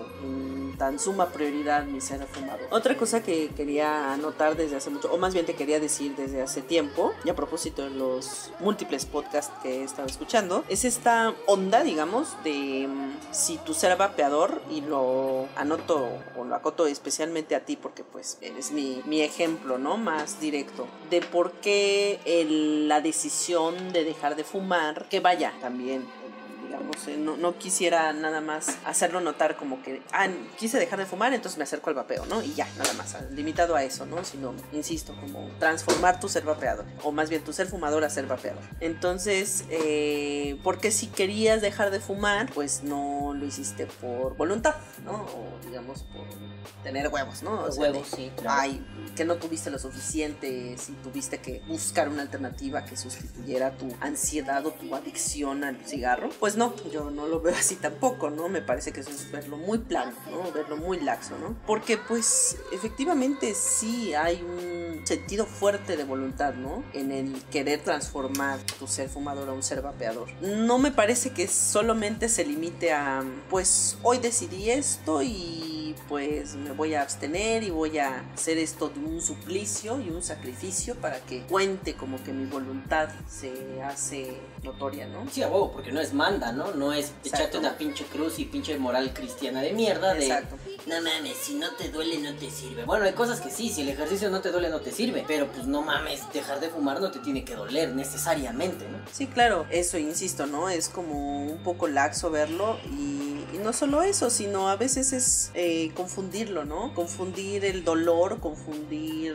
en tan suma prioridad mi ser fumador. Otra cosa que quería anotar desde hace mucho, o más bien te quería decir desde hace tiempo, y a propósito de los múltiples podcasts que he estado escuchando, es esta onda, digamos, de si tu ser vapeador, y lo anoto o lo acoto especialmente a ti porque pues eres mi ejemplo, ¿no? Más directo de por qué la decisión de dejar de fumar, que vaya, también digamos, no quisiera nada más hacerlo notar como que quise dejar de fumar, entonces me acerco al vapeo, ¿no? Y ya, nada más, limitado a eso, ¿no? Sino, insisto, como transformar tu ser vapeador, o más bien tu ser fumador a ser vapeador. Entonces, porque si querías dejar de fumar, pues no lo hiciste por voluntad, ¿no? O digamos, por tener huevos, ¿no? O sea, huevos, sí, claro. Ay, que no tuviste lo suficiente, si tuviste que buscar una alternativa que sustituyera tu ansiedad o tu adicción al cigarro, pues no, yo no lo veo así tampoco, ¿no? Me parece que eso es verlo muy plano, ¿no? Verlo muy laxo, ¿no? Porque pues efectivamente sí hay un sentido fuerte de voluntad, ¿no? En el querer transformar tu ser fumador a un ser vapeador. No me parece que solamente se limite a, pues hoy decidí esto y pues me voy a abstener y voy a hacer esto de un suplicio y un sacrificio para que cuente como que mi voluntad se hace notoria, ¿no? Sí, a huevo, porque no es manda, ¿no? No es echarte una pinche cruz y pinche moral cristiana de mierda de... Exacto. No mames, si no te duele no te sirve. Bueno, hay cosas que sí, si el ejercicio no te duele no te sirve, pero pues no mames, dejar de fumar no te tiene que doler necesariamente, ¿no? Sí, claro, eso insisto, ¿no? Es como un poco laxo verlo y no solo eso, sino a veces es confundirlo, ¿no? Confundir el dolor, confundir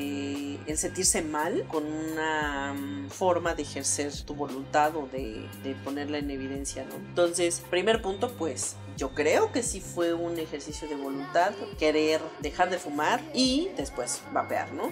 el sentirse mal con una forma de ejercer tu voluntad o de ponerla en evidencia, ¿no? Entonces, primer punto, pues yo creo que sí fue un ejercicio de voluntad, querer dejar de fumar y después vapear, ¿no?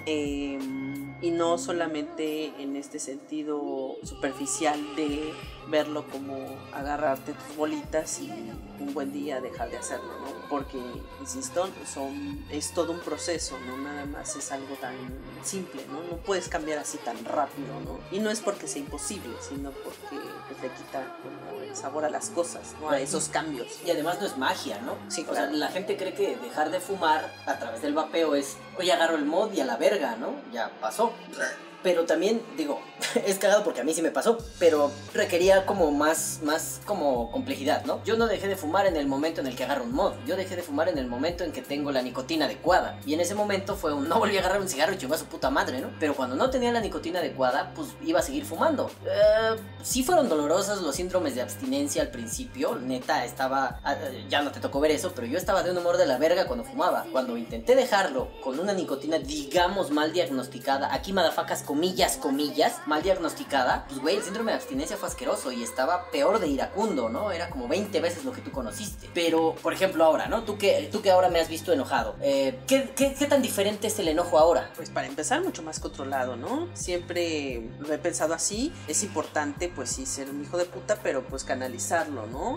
Y no solamente en este sentido superficial de verlo como agarrarte tus bolitas y un buen día dejar de hacerlo, ¿no? Porque, insisto, es todo un proceso, no nada más es algo tan simple, ¿no? No puedes cambiar así tan rápido, ¿no? Y no es porque sea imposible, sino porque pues, le quita como el sabor a las cosas, ¿no? A esos cambios. Y además no es magia, ¿no? Sí, claro. claro. O sea, la gente cree que dejar de fumar a través del vapeo es, oye, agarro el mod y a la verga, ¿no? Ya pasó. Pero también, digo, es cagado porque a mí sí me pasó, pero requería como más como complejidad, ¿no? Yo no dejé de fumar en el momento en el que agarro un mod, yo dejé de fumar en el momento en que tengo la nicotina adecuada. Y en ese momento fue no volví a agarrar un cigarro y chingó a su puta madre, ¿no? Pero cuando no tenía la nicotina adecuada, pues iba a seguir fumando. Sí fueron dolorosos los síndromes de abstinencia al principio, neta, ya no te tocó ver eso, pero yo estaba de un humor de la verga cuando fumaba. Cuando intenté dejarlo con una nicotina, digamos, mal diagnosticada, aquí madafacas comillas, mal diagnosticada, pues güey, el síndrome de abstinencia fue asqueroso y estaba peor de iracundo, ¿no? Era como 20 veces lo que tú conociste. Pero, por ejemplo, ahora, ¿no? Tú que ahora me has visto enojado, ¿qué tan diferente es el enojo ahora? Pues para empezar, mucho más controlado, ¿no? Siempre lo he pensado así. Es importante, pues sí, ser un hijo de puta, pero pues canalizarlo, ¿no?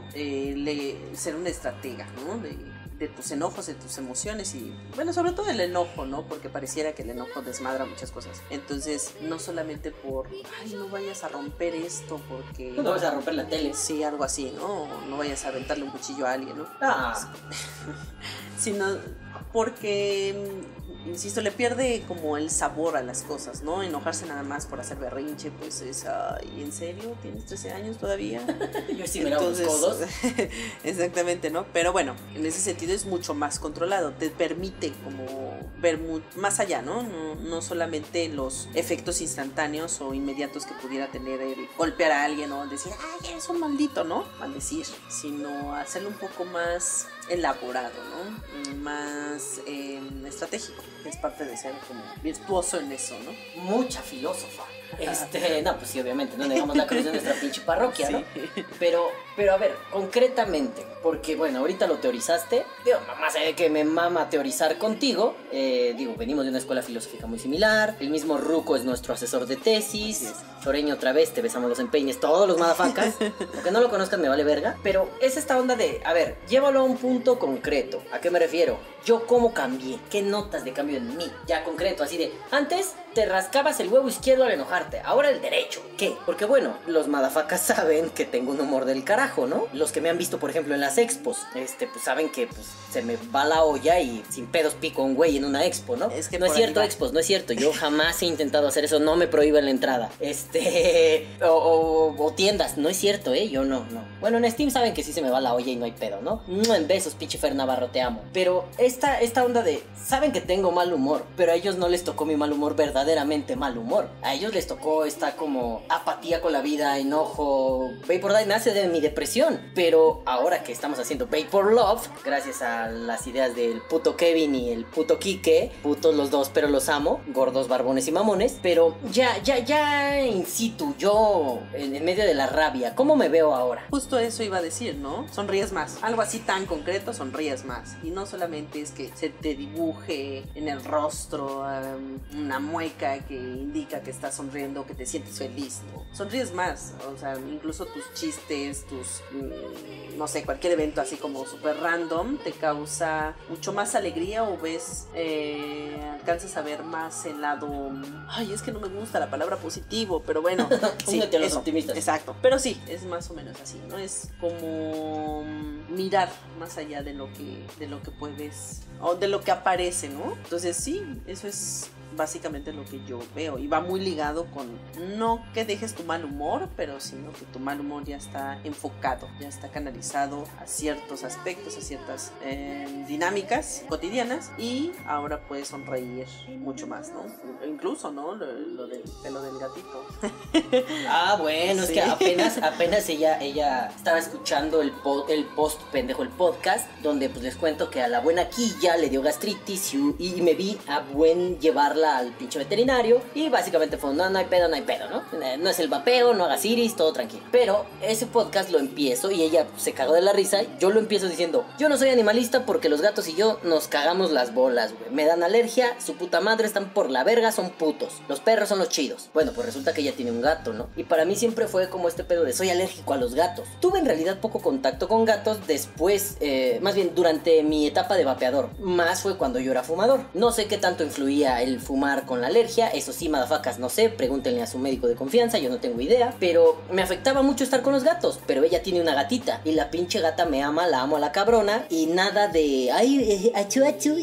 Ser una estratega, ¿no? De tus enojos, de tus emociones y, bueno, sobre todo el enojo, ¿no? Porque pareciera que el enojo desmadra muchas cosas. Entonces, no solamente por, ay, no vayas a romper esto porque... No vas a romper la tele. Sí, algo así, ¿no? O no vayas a aventarle un cuchillo a alguien, ¿no? Sino porque... insisto, le pierde como el sabor a las cosas, ¿no? Enojarse nada más por hacer berrinche, pues es, ay, ¿en serio? ¿Tienes 13 años todavía? Yo sí me lavo los codos. Exactamente, ¿no? Pero bueno, en ese sentido es mucho más controlado, te permite como ver más allá, ¿no? No solamente los efectos instantáneos o inmediatos que pudiera tener el golpear a alguien o decir, ay, eres un maldito, ¿no? Maldecir, sino hacerlo un poco más elaborado, ¿no? Más estratégico, que es parte de ser como virtuoso en eso, ¿no? Mucha filósofa. No, pues sí, obviamente, no negamos la cruz de nuestra pinche parroquia, ¿no? Sí. Pero a ver, concretamente, porque bueno, ahorita lo teorizaste, digo, más allá de que me mama teorizar contigo, venimos de una escuela filosófica muy similar, el mismo Ruco es nuestro asesor de tesis, Choreño otra vez, te besamos los empeines, todos los madafacas, aunque no lo conozcan me vale verga, pero es esta onda de, a ver, llévalo a un punto concreto, ¿a qué me refiero? Yo cómo cambié, qué notas de cambio en mí, ya concreto, así de, antes te rascabas el huevo izquierdo al enojarte, ahora el derecho, ¿qué? Porque bueno, los madafacas saben que tengo un humor del carajo, ¿no? Los que me han visto, por ejemplo, en las expos, pues saben que pues se me va la olla y sin pedos pico a un güey en una expo, ¿no? Es que no es cierto, expos, no es cierto, yo jamás he intentado hacer eso, no me prohíben la entrada, o tiendas, no es cierto, yo no. Bueno, en Steam saben que sí se me va la olla y no hay pedo, ¿no? En besos, pinche Fer Navarro, te amo. Pero esta onda de, saben que tengo mal humor, pero a ellos no les tocó mi mal humor, verdaderamente mal humor. A ellos les tocó esta como apatía con la vida, enojo. Vapor Day nace de mi depresión, pero ahora que estamos haciendo Vapor Love, gracias a las ideas del puto Kevin y el puto Quique, putos los dos, pero los amo, gordos, barbones y mamones, pero ya in situ, yo en medio de la rabia, ¿cómo me veo ahora? Justo eso iba a decir, ¿no? Sonríes más. Algo así tan concreto, sonríes más. Y no solamente quieres que se te dibuje en el rostro una mueca que indica que estás sonriendo, que te sientes feliz, ¿no? Sonríes más, o sea, incluso tus chistes, no sé, cualquier evento así como súper random te causa mucho más alegría o ves, alcanzas a ver más el lado, ay, es que no me gusta la palabra positivo, pero bueno, sí, Únete a los eso, optimistas. exacto, pero sí, es más o menos así, ¿no? Es como mirar más allá de lo que puedes, o de lo que aparece, ¿no? Entonces sí, eso es básicamente lo que yo veo y va muy ligado con no que dejes tu mal humor, pero sino que tu mal humor ya está enfocado, ya está canalizado a ciertos aspectos, a ciertas dinámicas cotidianas y ahora puedes sonreír mucho más, ¿no? Incluso, ¿no? Lo del pelo del gatito. Ah, bueno, Sí. es que apenas ella estaba escuchando el podcast, donde pues les cuento que a la buena Quilla le dio gastritis y me vi a buen llevarla al pinche veterinario y básicamente fue, no hay pedo, ¿no? No es el vapeo, no hagas iris, todo tranquilo. Pero ese podcast lo empiezo y ella se cagó de la risa. Yo lo empiezo diciendo, yo no soy animalista porque los gatos y yo nos cagamos las bolas, güey. Me dan alergia, su puta madre, están por la verga, son putos. Los perros son los chidos. Bueno, pues resulta que ella tiene un gato, ¿no? Y para mí siempre fue como este pedo de soy alérgico a los gatos. Tuve en realidad poco contacto con gatos después, más bien durante mi etapa de vapeador. Más fue cuando yo era fumador. No sé qué tanto influía el fumar con la alergia, eso sí, madafacas, no sé, pregúntenle a su médico de confianza, yo no tengo idea, pero me afectaba mucho estar con los gatos, pero ella tiene una gatita y la pinche gata me ama, la amo a la cabrona y nada de, ay, achu,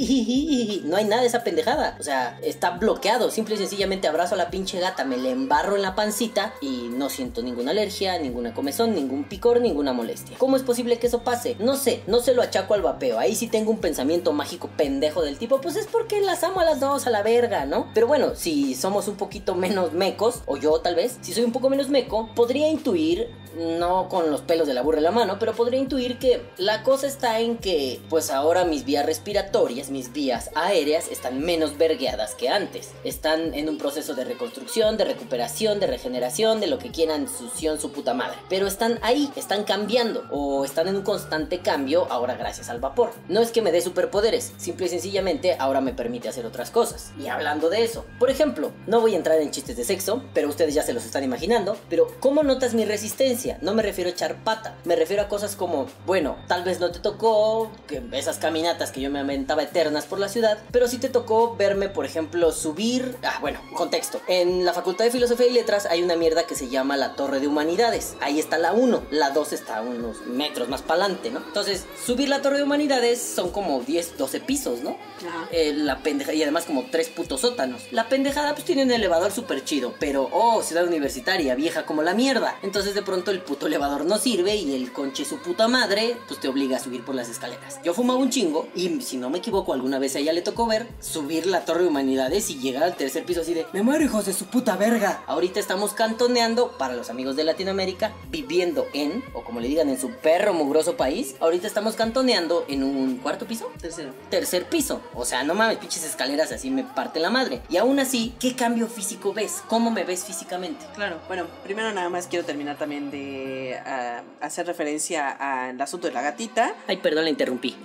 no hay nada de esa pendejada, o sea, está bloqueado, simple y sencillamente abrazo a la pinche gata, me le embarro en la pancita y no siento ninguna alergia, ninguna comezón, ningún picor, ninguna molestia. ¿Cómo es posible que eso pase? No sé, no se lo achaco al vapeo, ahí sí tengo un pensamiento mágico pendejo del tipo, pues es porque las amo a las dos a la verga, ¿no? Pero bueno, si somos un poquito menos mecos, o yo tal vez, si soy un poco menos meco, podría intuir, no con los pelos de la burra en la mano, pero podría intuir que la cosa está en que, pues ahora mis vías respiratorias, mis vías aéreas están menos vergueadas que antes. Están en un proceso de reconstrucción, de recuperación, de regeneración, de lo que quieran, su puta madre. Pero están ahí, están cambiando, o están en un constante cambio ahora gracias al vapor. No es que me dé superpoderes, simple y sencillamente ahora me permite hacer otras cosas. Y hablando de eso, por ejemplo, no voy a entrar en chistes de sexo, pero ustedes ya se los están imaginando, pero ¿cómo notas mi resistencia? No me refiero a echar pata, me refiero a cosas como, bueno, tal vez no te tocó que esas caminatas que yo me aventaba eternas por la ciudad, pero sí te tocó verme, por ejemplo, subir, bueno, contexto, en la Facultad de Filosofía y Letras hay una mierda que se llama la Torre de Humanidades, ahí está la 1, la 2 está unos metros más para adelante, ¿no? Entonces, subir la Torre de Humanidades son como 10, 12 pisos, ¿no? La pendeja, y además como 3 putos sótanos. La pendejada pues tiene un elevador súper chido, pero ciudad universitaria, vieja como la mierda. Entonces de pronto el puto elevador no sirve y el conche su puta madre pues te obliga a subir por las escaleras. Yo fumaba un chingo y si no me equivoco alguna vez a ella le tocó ver subir la Torre de Humanidades y llegar al tercer piso así de me muero hijos de su puta verga. Ahorita estamos cantoneando para los amigos de Latinoamérica, viviendo en, o como le digan en su perro mugroso país, ahorita estamos cantoneando en un cuarto piso, tercer piso. O sea, no mames, pinches escaleras así me parte la madre. Y aún así, ¿qué cambio físico ves? ¿Cómo me ves físicamente? Claro, bueno, primero nada más quiero terminar también de hacer referencia al asunto de la gatita. Ay, perdón, la interrumpí.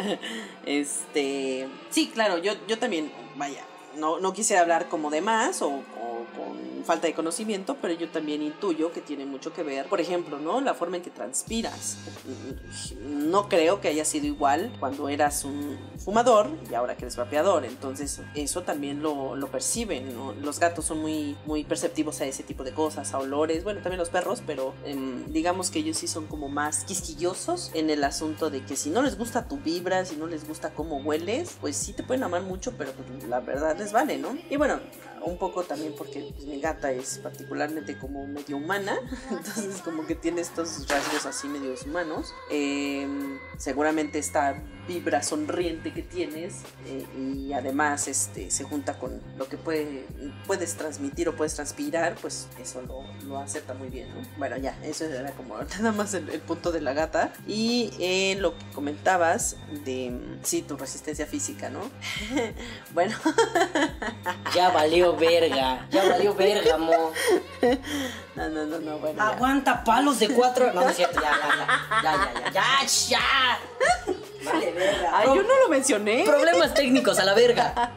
Sí, claro, yo también, vaya, no quise hablar como de más o con falta de conocimiento, pero yo también intuyo que tiene mucho que ver, por ejemplo, ¿no? La forma en que transpiras. No creo que haya sido igual cuando eras un fumador y ahora que eres vapeador, entonces eso también lo perciben, ¿no? Los gatos son muy, muy perceptivos a ese tipo de cosas, a olores, bueno, también los perros, pero digamos que ellos sí son como más quisquillosos en el asunto de que si no les gusta tu vibra, si no les gusta cómo hueles, pues sí te pueden amar mucho, pero pues, la verdad les vale, ¿no? Y bueno, un poco también porque pues, mi gata es particularmente como medio humana, entonces como que tiene estos rasgos así medios humanos. Seguramente esta vibra sonriente que tienes y además se junta con lo que puedes transmitir o puedes transpirar, pues eso lo acepta muy bien, ¿no? Bueno, ya, eso era como nada más el punto de la gata. Y lo que comentabas de, sí, tu resistencia física, ¿no? Bueno. Ya valió verga, mo. No, bueno. Aguanta palos de 4. No, no es cierto, ya. Vale, verga. Ay, yo no lo mencioné. Problemas técnicos a la verga.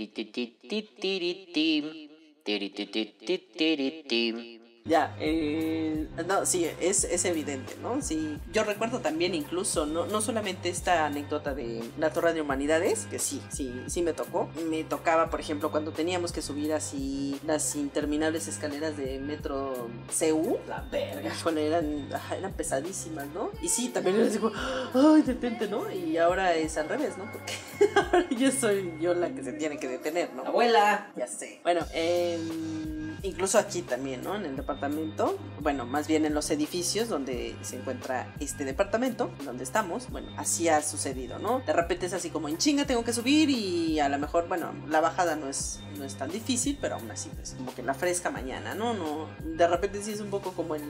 Ya, no, sí, es evidente, ¿no? Sí, yo recuerdo también incluso, no solamente esta anécdota de la Torre de Humanidades, que sí me tocó. Me tocaba, por ejemplo, cuando teníamos que subir así las interminables escaleras de metro CU. La verga. Híjole, eran pesadísimas, ¿no? Y sí, también era así como, ay, detente, ¿no? Y ahora es al revés, ¿no? Porque ahora yo soy yo la que se tiene que detener, ¿no? Abuela. Ya sé. Bueno, incluso aquí también, ¿no? En el departamento, bueno, más bien en los edificios donde se encuentra este departamento, donde estamos, bueno, así ha sucedido, ¿no? De repente es así como en chinga tengo que subir y a lo mejor, bueno, la bajada no es tan difícil, pero aún así, pues, como que la fresca mañana, ¿no? De repente sí es un poco como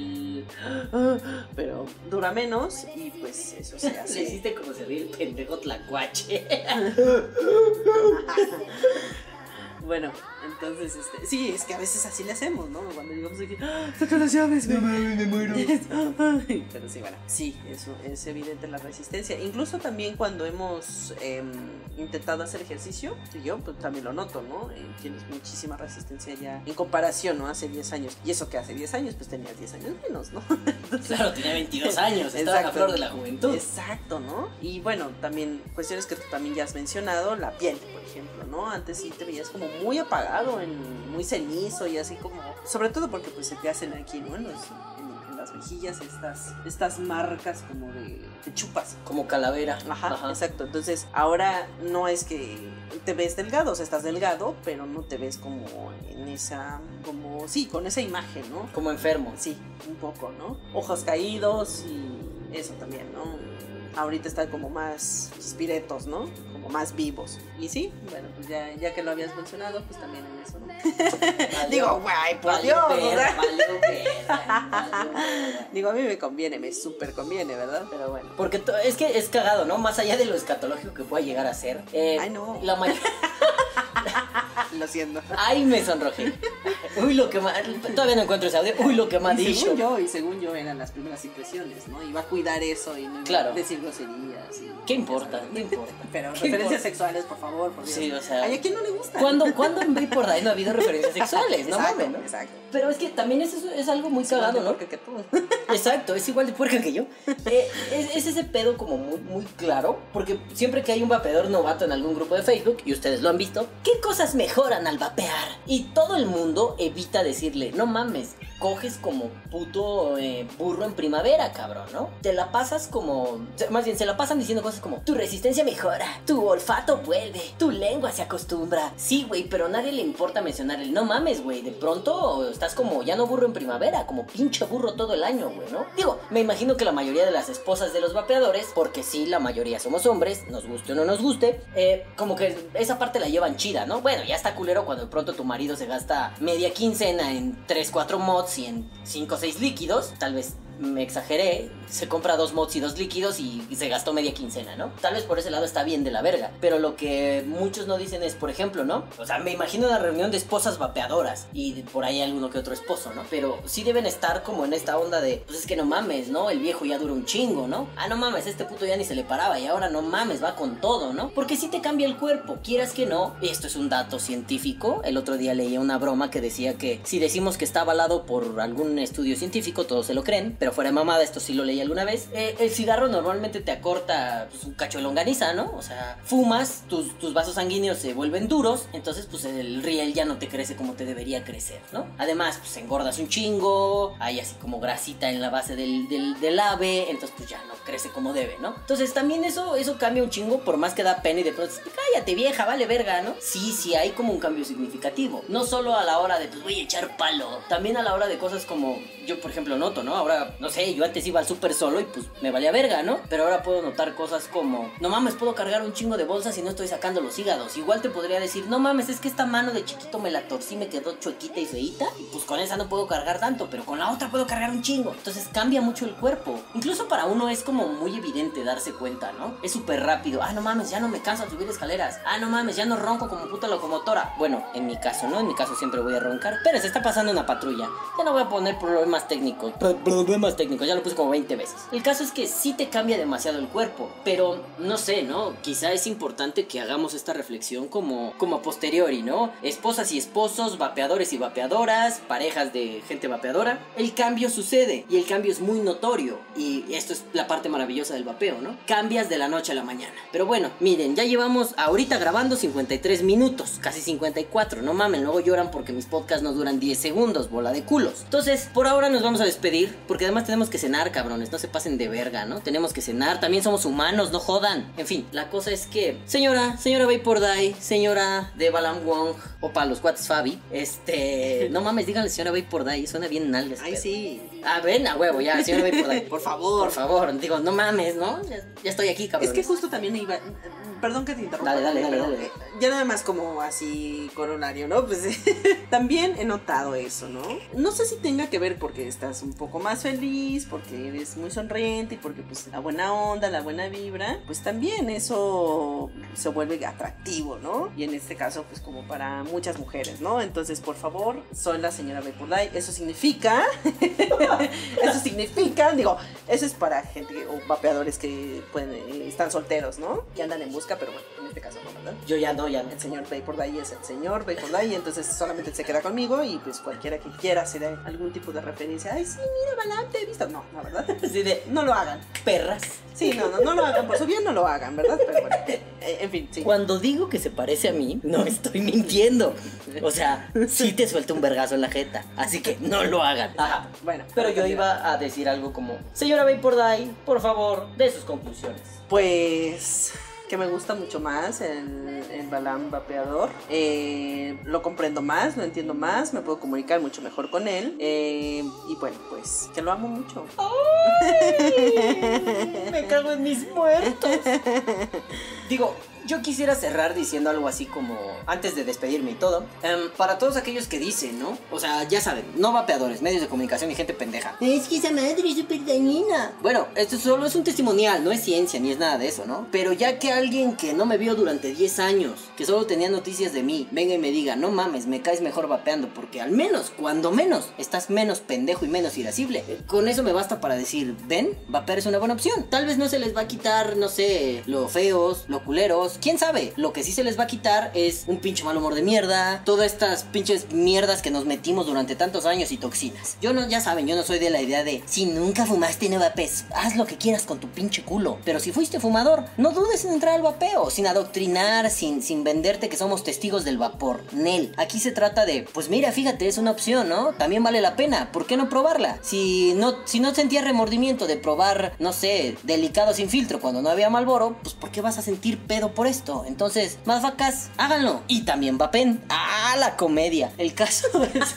pero dura menos y pues eso se hace. Le hiciste como se ríe el pendejo tlacuache. Bueno, entonces, sí, es que a veces así le hacemos, ¿no? Cuando llegamos aquí, saca las llaves, me muero. Pero sí, bueno, sí, eso es evidente la resistencia. Incluso también cuando hemos intentado hacer ejercicio, y yo pues también lo noto, ¿no? Tienes muchísima resistencia ya en comparación, ¿no? Hace 10 años. Y eso que hace 10 años, pues tenías 10 años menos, ¿no? Entonces, Claro, tenía 22 años, estaba en la flor de la juventud. Exacto, ¿no? Y bueno, también cuestiones que tú también ya has mencionado, la piel, por ejemplo, ¿no? Antes sí te veías como muy apagado, muy cenizo y así como, sobre todo porque pues se te hacen aquí, ¿no? En las mejillas estas marcas como de chupas. Como calavera. Ajá, exacto. Entonces, ahora no es que te ves delgado, o sea, estás delgado, pero no te ves como en esa, como, sí, con esa imagen, ¿no? Como enfermo. Sí, un poco, ¿no? Ojos caídos y eso también, ¿no? Ahorita están como más chispiretos, ¿no? Como más vivos. Y sí, bueno, pues ya que lo habías mencionado, pues también en eso, ¿no? Digo, güey, por Dios, ¿verdad? Digo, a mí me conviene, me súper conviene, ¿verdad? Pero bueno. Porque es que es cagado, ¿no? Más allá de lo escatológico que pueda llegar a ser. Ay, no. La mayoría... Lo siento. Ay, me sonrojé. Uy, lo que más... Todavía no encuentro ese audio. Uy, lo que más dicho. Según yo eran las primeras impresiones, ¿no? Iba a cuidar eso y no iba a decir groserías. ¿Qué importa? ¿Qué importa? Pero referencias sexuales, por favor, por Dios. Sí, o sea... Ay, ¿a quién no le gusta? ¿Cuándo en Vapor Day no ha habido referencias sexuales? No mames, ¿no? Exacto. Pero es que también es algo muy cagado, ¿no? Que tú. Exacto, es igual de puerca que yo. Es ese pedo como muy, muy claro. Porque siempre que hay un vapeador novato en algún grupo de Facebook, y ustedes lo han visto, ¿qué cosas mejoran al vapear? Y todo el mundo evita decirle, no mames, coges como puto burro en primavera, cabrón, ¿no? Te la pasas como... Más bien, se la pasan diciendo cosas como, tu resistencia mejora, tu olfato vuelve, tu lengua se acostumbra. Sí, güey, pero a nadie le importa mencionar el no mames, güey. De pronto estás como, ya no burro en primavera, como pinche burro todo el año, güey, ¿no? Digo, me imagino que la mayoría de las esposas de los vapeadores, porque sí, la mayoría somos hombres, nos guste o no nos guste, como que esa parte la llevan chida, ¿no? Bueno, ya está culero cuando de pronto tu marido se gasta media quincena en 3-4 mods y en 5 o 6 líquidos, tal vez me exageré, se compra 2 mods y 2 líquidos y se gastó media quincena, ¿no? Tal vez por ese lado está bien de la verga, pero lo que muchos no dicen es, por ejemplo, ¿no? O sea, me imagino una reunión de esposas vapeadoras y por ahí alguno que otro esposo, ¿no? Pero sí deben estar como en esta onda de, pues es que no mames, ¿no? El viejo ya dura un chingo, ¿no? Ah, no mames, este puto ya ni se le paraba y ahora no mames, va con todo, ¿no? Porque sí te cambia el cuerpo, quieras que no. Esto es un dato científico. El otro día leía una broma que decía que si decimos que está avalado por algún estudio científico, todos se lo creen, pero fuera de mamada, esto sí lo leí alguna vez. El cigarro normalmente te acorta pues, un cacho de longaniza, ¿no? O sea, fumas, tus vasos sanguíneos se vuelven duros, entonces pues el riel ya no te crece como te debería crecer, ¿no? Además, pues engordas un chingo, hay así como grasita en la base del ave, entonces pues ya no crece como debe, ¿no? Entonces también eso cambia un chingo, por más que da pena y de pronto cállate vieja, vale verga, ¿no? Sí, hay como un cambio significativo. No solo a la hora de pues voy a echar palo, también a la hora de cosas como yo por ejemplo noto, ¿no? Ahora, no sé, yo antes iba al súper solo y pues me valía verga, ¿no? Pero ahora puedo notar cosas como, no mames, puedo cargar un chingo de bolsas y no estoy sacando los hígados. Igual te podría decir, no mames, es que esta mano de chiquito me la torcí, me quedó chuequita y feíta y pues con esa no puedo cargar tanto, pero con la otra puedo cargar un chingo. Entonces cambia mucho el cuerpo. Incluso para uno es como muy evidente darse cuenta, ¿no? Es súper rápido. Ah, no mames, ya no me canso de subir escaleras. Ah, no mames, ya no ronco como puta locomotora. Bueno, en mi caso, ¿no? En mi caso siempre voy a roncar. Pero se está pasando una patrulla. Ya no voy a poner problemas técnicos. Problemas más técnicos, ya lo puse como 20 veces. El caso es que sí te cambia demasiado el cuerpo, pero no sé, ¿no? Quizá es importante que hagamos esta reflexión como a posteriori, ¿no? Esposas y esposos, vapeadores y vapeadoras, parejas de gente vapeadora. El cambio sucede y el cambio es muy notorio, y esto es la parte maravillosa del vapeo, ¿no? Cambias de la noche a la mañana. Pero bueno, miren, ya llevamos ahorita grabando 53 minutos, casi 54, no mamen, luego lloran porque mis podcasts no duran 10 segundos, bola de culos. Entonces, por ahora nos vamos a despedir, porque además tenemos que cenar, cabrones, no se pasen de verga, ¿no? Tenemos que cenar, también somos humanos, no jodan. En fin, la cosa es que, señora Vapor Day, señora de Balam Wong, o para los cuates Fabi, no mames, díganle señora Vapor Day, suena bien nalgas. Ay, sí. Ah, ven, a huevo, ya, señora Vapor Day, por favor, digo, no mames, ¿no? Ya estoy aquí, cabrón. Es que justo también iba... Perdón que te interrumpa. Dale. Ya nada más como así coronario, ¿no? Pues también he notado eso, ¿no? No sé si tenga que ver porque estás un poco más feliz, porque eres muy sonriente y porque pues la buena onda, la buena vibra, pues también eso se vuelve atractivo, ¿no? Y en este caso pues como para muchas mujeres, ¿no? Entonces por favor, soy la señora Vapor Day. Eso significa, digo, eso es para gente o vapeadores que pueden, están solteros, ¿no? Que andan en busca, pero bueno, en este caso no, ¿verdad? Yo ya no. El señor Vapor Day es el señor Vapor Day, entonces solamente se queda conmigo y pues cualquiera que quiera hacer algún tipo de referencia, ay, sí, mira, Balam, te he visto. No, la verdad. Así de, no lo hagan. perras. Sí, no lo hagan, por su bien no lo hagan, ¿verdad? Pero bueno, en fin, sí. Cuando digo que se parece a mí, no estoy mintiendo. O sea, sí te suelta un vergazo en la jeta, así que no lo hagan. Ajá. Bueno, Pero yo iba a decir algo como, señora Vapor Day, por favor, de sus conclusiones. Pues... que me gusta mucho más el Balam vapeador. Lo comprendo más, lo entiendo más, me puedo comunicar mucho mejor con él. Y bueno, pues que lo amo mucho. ¡Ay! Me cago en mis muertos. Digo, yo quisiera cerrar diciendo algo así como, antes de despedirme y todo, para todos aquellos que dicen, ¿no? O sea, ya saben, no vapeadores, medios de comunicación y gente pendeja. Es que esa madre es súper dañina. Bueno, esto solo es un testimonial, no es ciencia ni es nada de eso, ¿no? Pero ya que alguien que no me vio durante 10 años, que solo tenía noticias de mí, venga y me diga, no mames, me caes mejor vapeando, porque al menos, cuando menos, estás menos pendejo y menos irascible. Con eso me basta para decir, ven, vapear es una buena opción. Tal vez no se les va a quitar, no sé, lo feos, lo culeros, quién sabe. Lo que sí se les va a quitar es un pinche mal humor de mierda, todas estas pinches mierdas que nos metimos durante tantos años y toxinas. Yo no, ya saben, yo no soy de la idea de, si nunca fumaste no vapes, haz lo que quieras con tu pinche culo. Pero si fuiste fumador, no dudes en entrar al vapeo, sin adoctrinar, sin venderte que somos testigos del vapor. Nel, aquí se trata de, pues mira, fíjate, es una opción, ¿no? También vale la pena, ¿por qué no probarla? Si no sentías remordimiento de probar, no sé, Delicado sin filtro cuando no había Marlboro, pues ¿por qué vas a sentir pedo por esto? Entonces, más vacas, háganlo. Y también vapen. ¡Ah, la comedia! El caso es...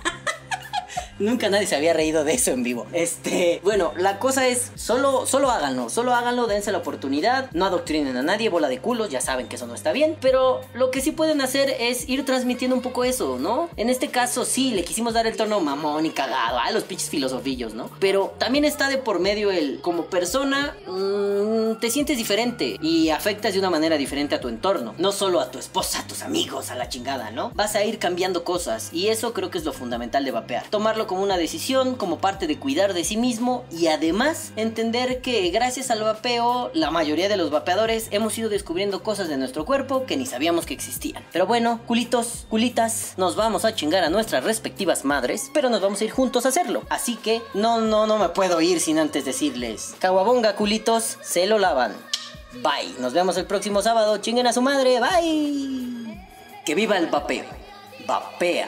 Nunca nadie se había reído de eso en vivo. Bueno, la cosa es, solo háganlo, dense la oportunidad, no adoctrinen a nadie, bola de culos, ya saben que eso no está bien, pero lo que sí pueden hacer es ir transmitiendo un poco eso, ¿no? En este caso sí, le quisimos dar el tono mamón y cagado a los pinches filosofillos, ¿no? Pero también está de por medio el, como persona, te sientes diferente y afectas de una manera diferente a tu entorno, no solo a tu esposa, a tus amigos, a la chingada, ¿no? Vas a ir cambiando cosas y eso creo que es lo fundamental de vapear, tomarlo como una decisión, como parte de cuidar de sí mismo y además entender que gracias al vapeo, la mayoría de los vapeadores hemos ido descubriendo cosas de nuestro cuerpo que ni sabíamos que existían. Pero bueno, culitos, culitas, nos vamos a chingar a nuestras respectivas madres, pero nos vamos a ir juntos a hacerlo. Así que no me puedo ir sin antes decirles, caguabonga, culitos, se lo lavan. Bye, nos vemos el próximo sábado, chinguen a su madre, bye. Que viva el vapeo. Vapea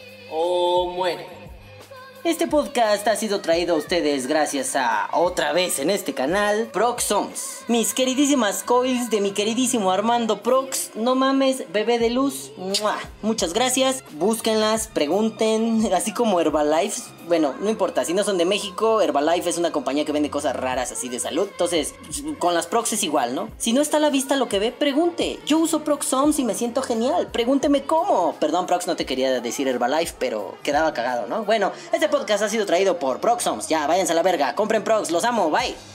o muere. Este podcast ha sido traído a ustedes gracias a, otra vez en este canal, Proxoms. Mis queridísimas coils de mi queridísimo Armando Prox. No mames, bebé de luz. ¡Mua! Muchas gracias. Búsquenlas, pregunten, así como Herbalife. Bueno, no importa, si no son de México, Herbalife es una compañía que vende cosas raras así de salud. Entonces, con las Prox es igual, ¿no? Si no está a la vista lo que ve, pregunte. Yo uso Proxoms y me siento genial. Pregúnteme cómo. Perdón, Prox, no te quería decir Herbalife, pero quedaba cagado, ¿no? Bueno, este podcast ha sido traído por Proxoms. Ya, váyanse a la verga. Compren Prox, los amo, bye.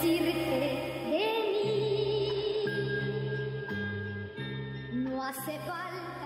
decirte de mí. No hace falta